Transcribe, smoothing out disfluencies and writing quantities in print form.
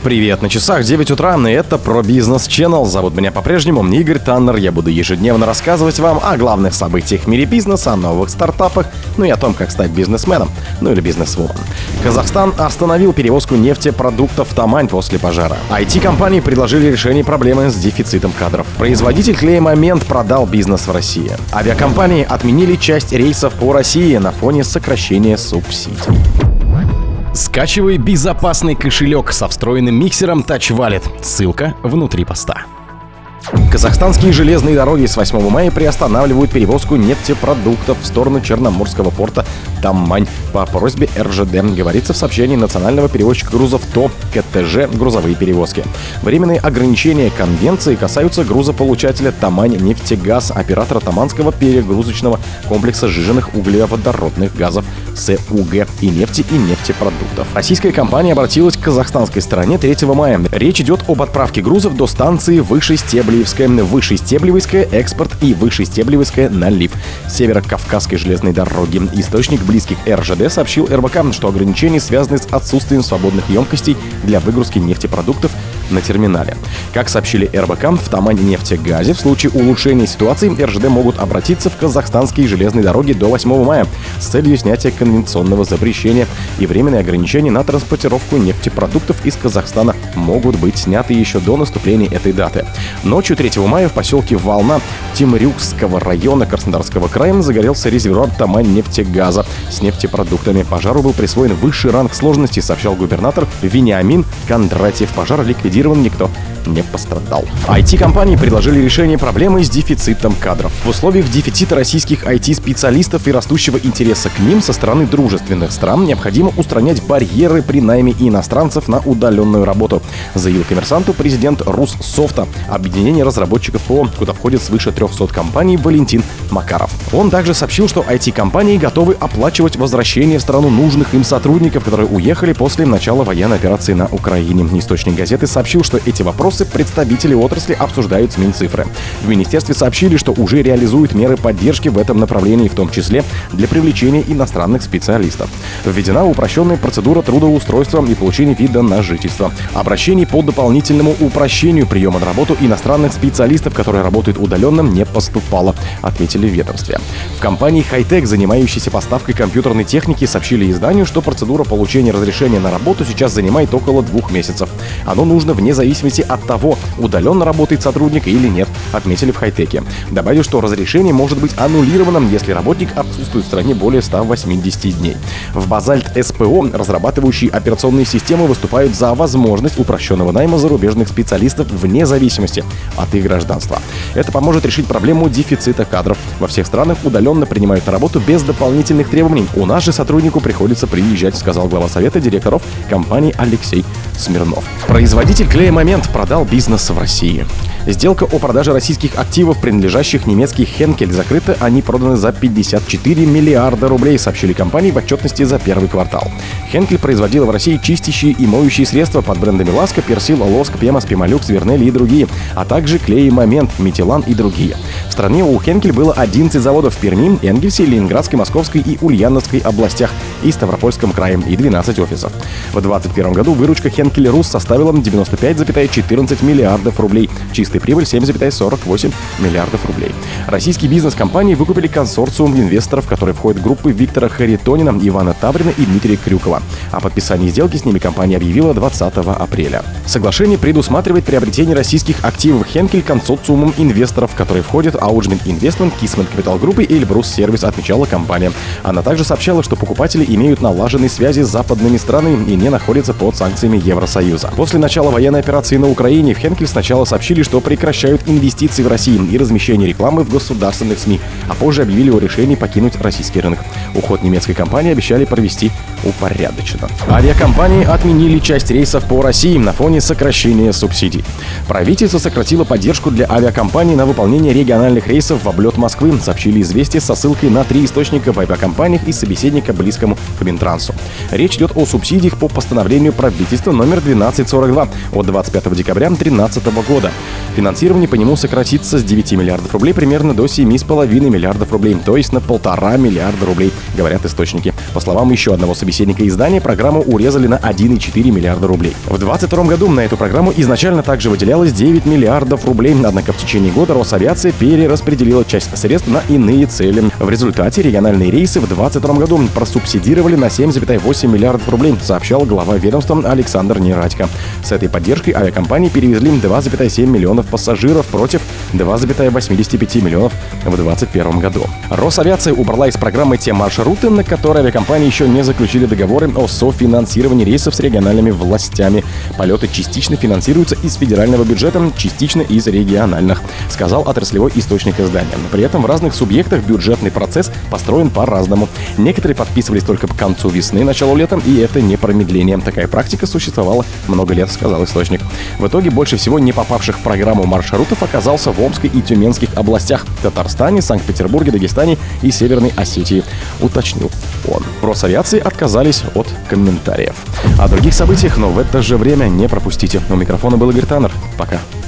Привет, на часах 9 утра, и это про бизнес Channel. Зовут меня по-прежнему Игорь Таннер. Я буду ежедневно рассказывать вам о главных событиях в мире бизнеса, о новых стартапах, и о том, как стать бизнесменом, или бизнесвумен. Казахстан остановил перевозку нефтепродуктов в Тамань после пожара. IT-компании предложили решение проблемы с дефицитом кадров. Производитель клея «Момент» продал бизнес в России. Авиакомпании отменили часть рейсов по России на фоне сокращения субсидий. Скачивай безопасный кошелек со встроенным миксером Touch Wallet. Ссылка внутри поста. Казахстанские железные дороги с 8 мая приостанавливают перевозку нефтепродуктов в сторону Черноморского порта Тамань по просьбе РЖД, говорится в сообщении национального перевозчика грузов ТО КТЖ «Грузовые перевозки». Временные ограничения конвенции касаются грузополучателя Тамань-Нефтегаз, оператора Таманского перегрузочного комплекса сжиженных углеводородных газов СУГ и нефти и нефтепродуктов. Российская компания обратилась к казахстанской стороне 3 мая. Речь идет об отправке грузов до станции Вышестеблевская экспорт и Вышестеблевская налив Северо-Кавказской железной дороги. Источник, близкий к РЖД, сообщил РБК, что ограничения связаны с отсутствием свободных емкостей для выгрузки нефтепродуктов на терминале. Как сообщили РБК, в Тамань-Нефтегазе в случае улучшения ситуации РЖД могут обратиться в казахстанские железные дороги до 8 мая с целью снятия конвенционного запрещения, и временные ограничения на транспортировку нефтепродуктов из Казахстана могут быть сняты еще до наступления этой даты. Ночью 3 мая в поселке Волна Темрюкского района Краснодарского края загорелся резервуар Тамань-Нефтегаза с нефтепродуктами. Пожару был присвоен высший ранг сложности, сообщал губернатор Вениамин Кондратьев. Пожар ликвидирован, никто не пострадал. IT-компании предложили решение проблемы с дефицитом кадров. В условиях дефицита российских IT-специалистов и растущего интереса к ним со стороны дружественных стран необходимо устранять барьеры при найме иностранцев на удаленную работу, заявил «Коммерсанту» президент Руссофта, объединения разработчиков ПО, куда входит свыше 300 компаний, Валентин Макаров. Он также сообщил, что IT-компании готовы оплачивать возвращение в страну нужных им сотрудников, которые уехали после начала военной операции на Украине. Источник газеты сообщил, что эти вопросы представители отрасли обсуждают с Минцифры. В министерстве сообщили, что уже реализуют меры поддержки в этом направлении, в том числе для привлечения иностранных специалистов. Введена упрощенная процедура трудоустройства и получения вида на жительство. Обращений по дополнительному упрощению приема на работу иностранных специалистов, которые работают удаленно, не поступало, отметили в ведомстве. В компании «Хайтек», занимающейся поставкой компьютерной техники, сообщили изданию, что процедура получения разрешения на работу сейчас занимает около 2 месяцев. Оно нужно вне зависимости от того, удаленно работает сотрудник или нет, отметили в «Хайтеке». Добавили, что разрешение может быть аннулировано, если работник отсутствует в стране более 180 дней. В «Базальт СПО», разрабатывающие операционные системы, выступают за возможность упрощенного найма зарубежных специалистов вне зависимости от их гражданства. Это поможет решить проблему дефицита кадров. Во всех странах удаленно принимают на работу без дополнительных требований. У нас же сотруднику приходится приезжать, сказал глава совета директоров компании Алексей Смирнов. Производитель клея «Момент» продал бизнес в России. Сделка о продаже российских активов, принадлежащих немецкий Henkel, закрыта. Они проданы за 54 миллиарда рублей, сообщили компании в отчетности за первый квартал. Henkel производила в России чистящие и моющие средства под брендами Ласка, Персил, Лоск, Пемос, Пемолюкс, Вернель и другие, а также клей «Момент», Метилан и другие. В стране у Henkel было 11 заводов в Перми, Энгельсе, Ленинградской, Московской и Ульяновской областях и Ставропольском крае и 12 офисов. В 2021 году выручка Henkel Рус составила 95,14 миллиардов рублей. Чистая прибыль 7,48 миллиардов рублей. Российские бизнес-компании выкупили консорциум инвесторов, которые входят в группы Виктора Харитонина, Ивана Таврина и Дмитрия Крюкова. О подписании сделки с ними компания объявила 20 апреля. Соглашение предусматривает приобретение российских активов Henkel консорциумом инвесторов, в которые входят Ауджмент Инвестмент, Кисмент Капитал Группы и Эльбрус Сервис, отмечала компания. Она также сообщала, что покупатели имеют налаженные связи с западными странами и не находятся под санкциями Евросоюза. После начала военной операции на Украине в Henkel сначала сообщили, что прекращают инвестиции в Россию и размещение рекламы в государственных СМИ, а позже объявили о решении покинуть российский рынок. Уход немецкой компании обещали провести упорядоченно. Авиакомпании отменили часть рейсов по России на фоне сокращения субсидий. Правительство сократило поддержку для авиакомпаний на выполнение региональных рейсов в облет Москвы, сообщили «Известия» со ссылкой на 3 источника в авиакомпаниях и собеседника, близкому к Минтрансу. Речь идет о субсидиях по постановлению правительства номер 1242 от 25 декабря 2013 года. Финансирование по нему сократится с 9 миллиардов рублей примерно до 7,5 миллиардов рублей, то есть на 1,5 миллиарда рублей, говорят источники. По словам еще одного собеседника издания, программу урезали на 1,4 миллиарда рублей. В 2022 году на эту программу изначально также выделялось 9 миллиардов рублей, однако в течение года Росавиация перераспределила часть средств на иные цели. В результате региональные рейсы в 2022 году просубсидировали на 7,8 миллиардов рублей, сообщал глава ведомства Александр Нерадько. С этой поддержкой авиакомпании перевезли 2,7 миллионов пассажиров против 2,85 миллионов в 2021 году. Росавиация убрала из программы те маршруты, на которые авиакомпании еще не заключили договоры о софинансировании рейсов с региональными властями. Полеты частично финансируются из федерального бюджета, частично из региональных, сказал отраслевой источник издания. При этом в разных субъектах бюджетный процесс построен по-разному. Некоторые подписывались только к концу весны, началу лета, и это не промедление. Такая практика существовала много лет, сказал источник. В итоге больше всего не попавших в программу маршрутов оказался в Омской и Тюменских областях, Татарстане, Санкт-Петербурге, Дагестане и Северной Осетии, уточнил он. В Росавиации отказались от комментариев. О других событиях, но в это же время не пропустите. У микрофона был Игорь Таннер. Пока.